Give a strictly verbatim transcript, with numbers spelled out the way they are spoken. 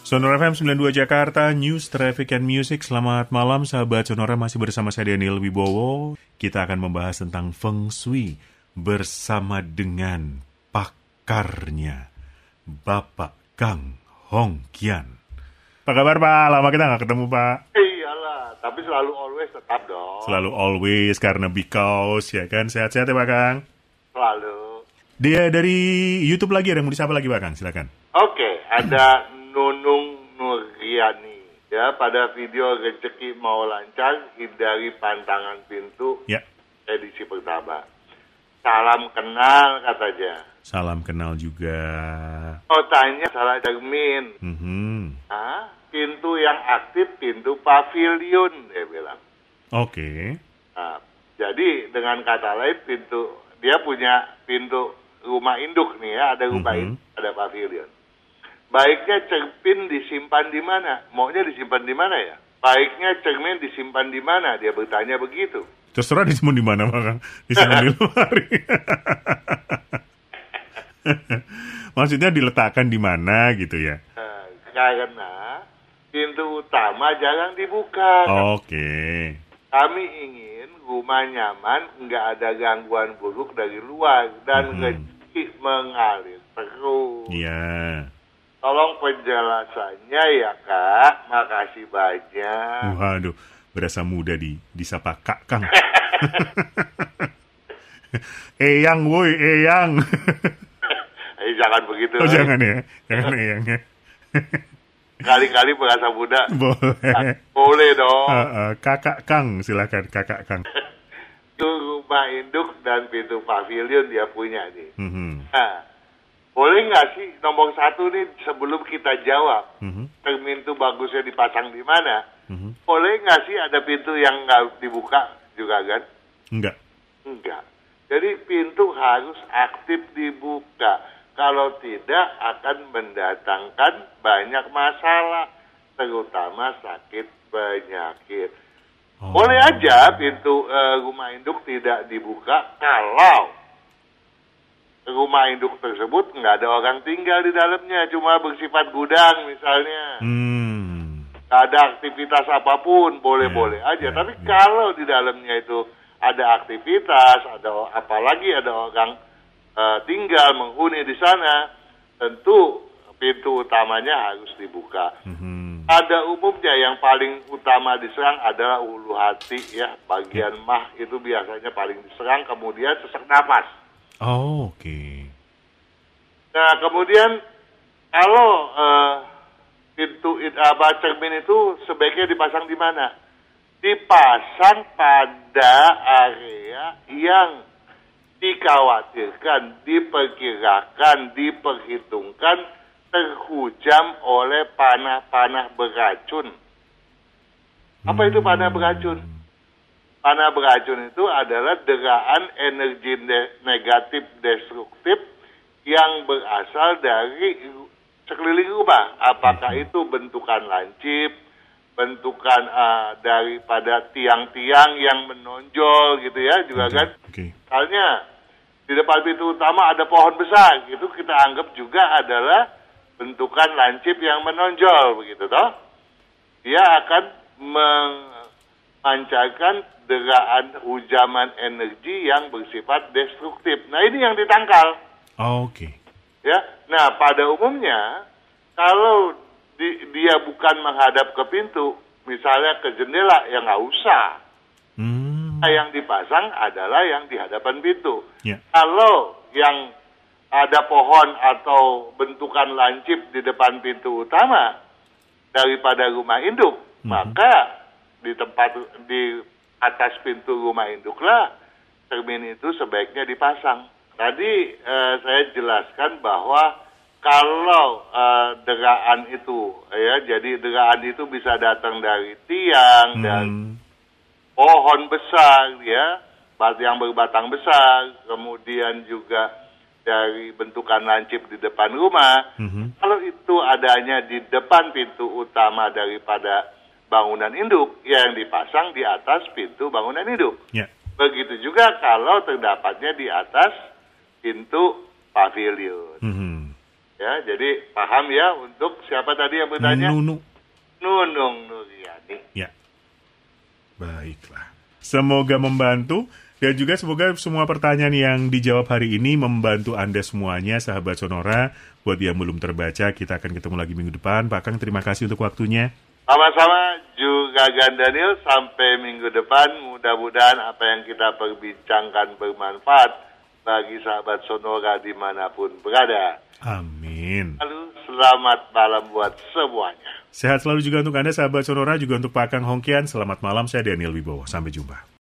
Sonora F M sembilan puluh dua Jakarta, News, Traffic, and Music. Selamat malam sahabat Sonora, masih bersama saya Daniel Wibowo. Kita akan membahas tentang Feng Shui bersama dengan pakarnya, Bapak Kang Hong Kian. Apa kabar Pak? Lama kita nggak ketemu Pak. Iyalah, tapi selalu always tetap dong. Selalu always, karena because, ya kan? Sehat-sehat ya Pak Kang? Selalu. Dia dari YouTube lagi, ada yang mau disapa lagi Pak Kang? Silakan. Oke, ada Nunung Nuriani. Ya, pada video rezeki mau lancar, hindari pantangan pintu. Ya. Edisi pertama. Salam kenal katanya. Salam kenal juga. Oh, tanya salah cermin. Mm-hmm. Hah? Pintu yang aktif, pintu pavilion, dia bilang. Oke. Okay. Nah, jadi dengan kata lain, pintu dia punya pintu rumah induk nih ya, ada rumah Mm-hmm. induk, ada pavilion. Baiknya cermin disimpan di mana? Maunya disimpan di mana ya? Baiknya cermin disimpan di mana? Dia bertanya begitu. Terserah disimpan di mana, Pak Kang. Disimpan di lemari. Maksudnya diletakkan di mana gitu ya? Nah, karena pintu utama jarang dibuka. Oke. Okay. Kami ingin rumah nyaman, nggak ada gangguan buruk dari luar dan mm-hmm. rezeki mengalir terus. Iya. Yeah. Tolong penjelasannya ya Kak, makasih banyak. Waduh, berasa muda di disapa Kak Kang. Eyang woi, Eyang. Eh jangan begitu. Oh, jangan ya, jangan Eyang ya. Kali-kali berasa muda. Boleh. Nah, boleh dong. Uh, uh, kakak Kang, silakan Kakak Kang. Itu rumah induk dan pintu pavilion dia punya nih. Mm-hmm. Nah, boleh nggak sih nomor satu nih sebelum kita jawab, mm-hmm. cermin itu bagusnya dipasang di mana? Mm-hmm. Boleh nggak sih ada pintu yang nggak dibuka juga kan? Enggak. Enggak. Jadi pintu harus aktif dibuka. Kalau tidak akan mendatangkan banyak masalah, terutama sakit penyakit. Oh. Boleh aja pintu uh, rumah induk tidak dibuka kalau rumah induk tersebut nggak ada orang tinggal di dalamnya, cuma bersifat gudang misalnya. Hmm. Nggak ada aktivitas apapun, boleh-boleh yeah, aja. Yeah, Tapi yeah. kalau di dalamnya itu ada aktivitas, ada apalagi ada orang uh, tinggal menghuni di sana, tentu pintu utamanya harus dibuka. Mm-hmm. Pada umumnya yang paling utama diserang adalah ulu hati ya, bagian yeah. mah itu biasanya paling diserang, kemudian sesak nafas. Oh, oke. Okay. Nah, kemudian kalau uh, pintu apa cermin itu sebaiknya dipasang di mana? Dipasang pada area yang dikhawatirkan, diperkirakan, diperhitungkan terhujam oleh panah-panah beracun. Apa hmm. itu panah beracun? Panah beracun itu adalah deraan energi de- negatif destruktif yang berasal dari sekeliling rumah. Apakah itu bentukan lancip, bentukan uh, daripada tiang-tiang yang menonjol gitu ya juga okay. kan. Okay. Misalnya di depan pintu utama ada pohon besar, itu kita anggap juga adalah bentukan lancip yang menonjol begitu toh. Dia akan memancarkan deraan hujaman energi yang bersifat destruktif. Nah ini yang ditangkal. Oh, oke. Okay. Ya, nah pada umumnya kalau di, dia bukan menghadap ke pintu, misalnya ke jendela, ya nggak usah. Hmm. Nah, yang dipasang adalah yang di hadapan pintu. Yeah. Kalau yang ada pohon atau bentukan lancip di depan pintu utama daripada rumah induk, hmm. maka di tempat di atas pintu rumah induklah cermin itu sebaiknya dipasang. Tadi eh, saya jelaskan bahwa kalau uh, deraan itu, ya, jadi deraan itu bisa datang dari tiang, hmm. dan pohon besar, ya, yang berbatang besar, kemudian juga dari bentukan lancip di depan rumah. Hmm. Kalau itu adanya di depan pintu utama daripada bangunan induk, yang dipasang di atas pintu bangunan induk. Yeah. Begitu juga kalau terdapatnya di atas pintu pavilion. Mm-hmm. Ya, jadi paham ya untuk siapa tadi yang bertanya? Nunu. Nunung Nuryani. Ya. Baiklah. Semoga membantu dan juga semoga semua pertanyaan yang dijawab hari ini membantu Anda semuanya, sahabat Sonora. Buat yang belum terbaca, kita akan ketemu lagi minggu depan. Pak Kang, terima kasih untuk waktunya. Sama-sama juga Gan Daniel, sampai minggu depan. Mudah-mudahan apa yang kita perbincangkan bermanfaat bagi sahabat Sonora dimanapun berada. Amin. Lalu selamat malam buat semuanya. Sehat selalu juga untuk Anda sahabat Sonora, juga untuk Pak Kang Hongkian. Selamat malam, saya Daniel Wibowo. Sampai jumpa.